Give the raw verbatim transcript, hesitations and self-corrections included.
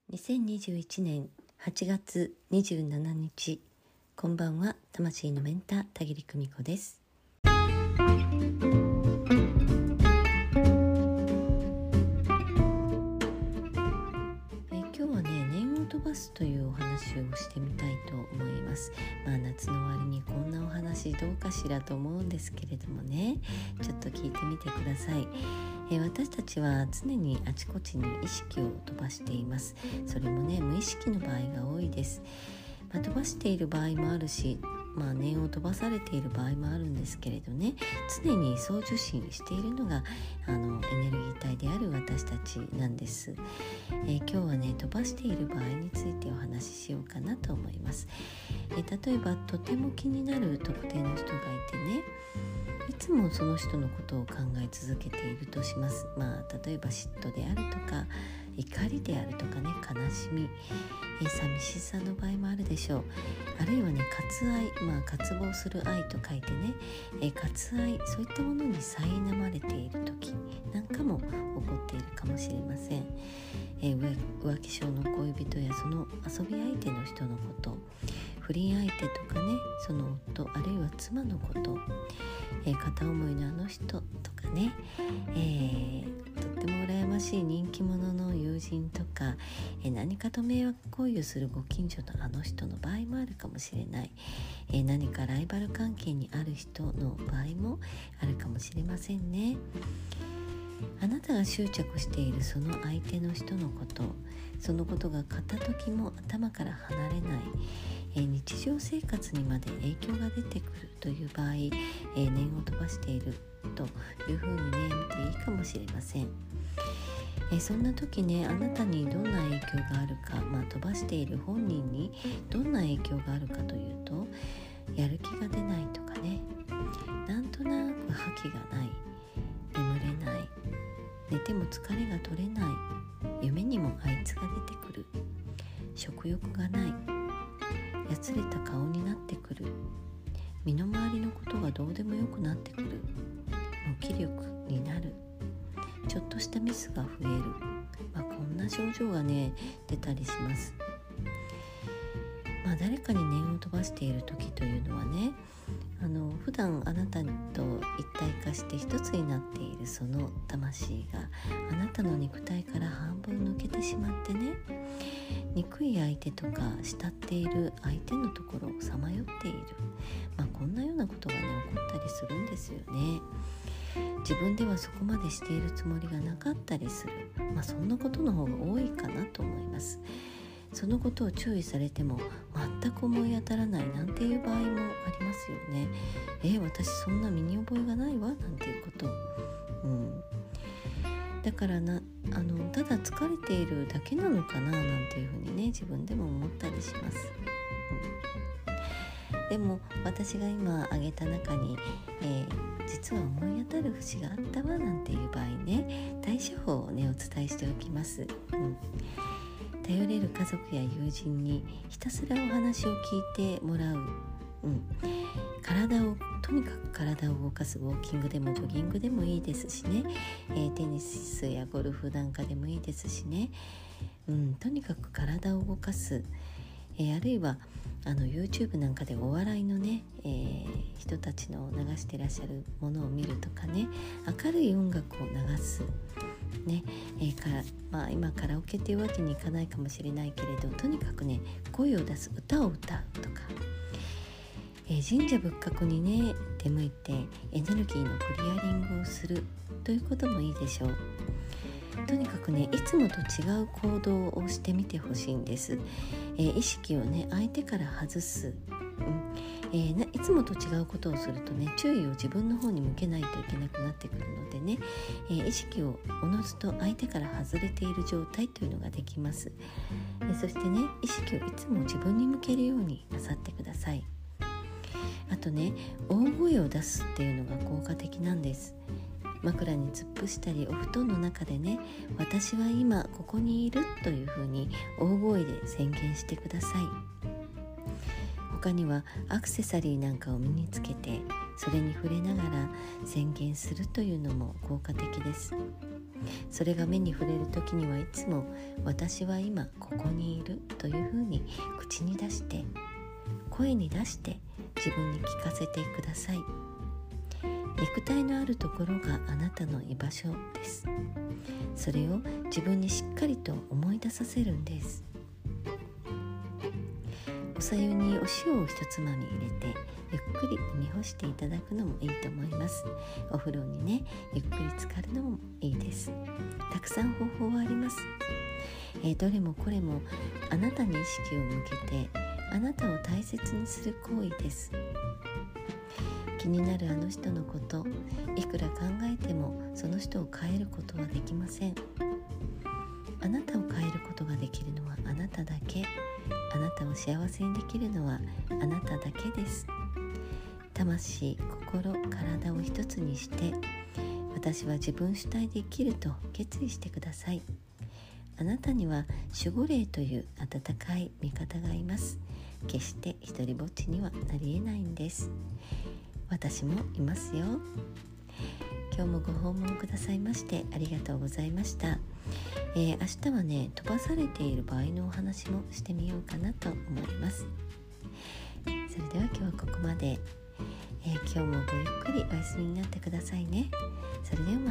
にせんにじゅういちねんはちがつにじゅうしちにち、こんばんは。魂のメンター田切久美子です。え今日はね、念を飛ばすというお話をしてみたいと思います。まあ夏の終わりにこんなお話どうかしらと思うんですけれどもね、ちょっと聞いてみてください。えー、私たちは常にあちこちに意識を飛ばしています。それもね、無意識の場合が多いです。まあ、飛ばしている場合もあるし、まあ、念を飛ばされている場合もあるんですけれどね、常に送受信しているのがあのエネルギー体である私たちなんです。えー、今日はね、飛ばしている場合についてお話ししようかなと思います。えー、例えばとても気になる特定の人がいてね、いつもその人のことを考え続けているとします。まあ例えば嫉妬であるとか怒りであるとかね、悲しみ、えー、寂しさの場合もあるでしょう。あるいはね、渇愛、まあ渇望する愛と書いてね、えー、渇愛、そういったものに苛まれている時なんかも起こっているかもしれません。えー、浮気症の恋人やその遊び相手の人のこと、不倫相手とかね、その夫あるいは妻のこと、えー、片思いのあの人とかね、えー、とっても羨ましい人気者の友人とか、えー、何かと迷惑行為をするご近所のあの人の場合もあるかもしれない、えー、何かライバル関係にある人の場合もあるかもしれませんね。あなたが執着しているその相手の人のこと、そのことが片時も頭から離れない、えー、日常生活にまで影響が出てくるという場合、えー、念を飛ばしているというふうにね、見ていいかもしれません。えー、そんな時ね、あなたにどんな影響があるか、まあ、飛ばしている本人にどんな影響があるかというと、やる気が出ないとかね、なんとなく覇気がない、眠れない、寝ても疲れが取れない、夢にもあいつが出てくる、食欲がない、やつれた顔になってくる、身の回りのことがどうでもよくなってくる、無気力になる、ちょっとしたミスが増える、まあ、こんな症状がね出たりします。まあ、誰かに念を飛ばしている時というのはね、あの普段あなたと一体化して一つになっているその魂があなたの肉体から半分抜けてしまってね、憎い相手とか慕っている相手のところをさまよっている、まあ、こんなようなことがね起こったりするんですよね。自分ではそこまでしているつもりがなかったりする、まあ、そんなことの方が多いかなと思います。そのことを注意されても全く思い当たらないなんていう場合もありますよね。えー、私そんな身に覚えがないわなんていうこと、うん、だからなあのただ疲れているだけなのかななんていうふうにね、自分でも思ったりします。うん、でも私が今挙げた中に、えー、実は思い当たる節があったわなんていう場合ね、対処法をねお伝えしておきます。うん、頼れる家族や友人にひたすらお話を聞いてもらう、うん、体をとにかく体を動かすウォーキングでもジョギングでもいいですしね、えー、テニスやゴルフなんかでもいいですしね、うん、とにかく体を動かす、えー、あるいはあの YouTube なんかでお笑いのね、えー、人たちの流してらっしゃるものを見るとかね、明るい音楽を流すね、えーからまあ、今カラオケっていうわけにいかないかもしれないけれど、とにかくね声を出す、歌を歌うとか、えー、神社仏閣にね出向いてエネルギーのクリアリングをするということもいいでしょう。とにかくね、いつもと違う行動をしてみてほしいんです。えー、意識をね相手から外す、うんえー、ないつもと違うことをするとね、注意を自分の方に向けないといけなくなってくるのでね、えー、意識をおのずと相手から外れている状態というのができます。えー、そしてね、意識をいつも自分に向けるようになさってください。あとね、大声を出すっていうのが効果的なんです。枕に突っ伏したりお布団の中でね、私は今ここにいるというふうに大声で宣言してください。他にはアクセサリーなんかを身につけてそれに触れながら宣言するというのも効果的です。 それが目に触れる時にはいつも私は今ここにいるというふうに口に出して声に出して自分に聞かせてください。肉体のあるところがあなたの居場所です。それを自分にしっかりと思い出させるんです。お茶湯にお塩を一つまみ入れてゆっくり飲み干していただくのもいいと思います。お風呂にねゆっくり浸かるのもいいです。たくさん方法はあります。えー、どれもこれもあなたに意識を向けてあなたを大切にする行為です。気になるあの人のこと、いくら考えてもその人を変えることはできません。あなたを変えることができるのはあなただけ。あなたを幸せにできるのはあなただけです。魂、心、体を一つにして私は自分主体で生きると決意してください。あなたには守護霊という温かい味方がいます。決して一りぼっちにはなりえないんです。私もいますよ。今日もご訪問くださいましてありがとうございました。えー、明日はね飛ばされている場合のお話もしてみようかなと思います。それでは今日はここまで。えー、今日もごゆっくりお休みになってくださいね。それではまた。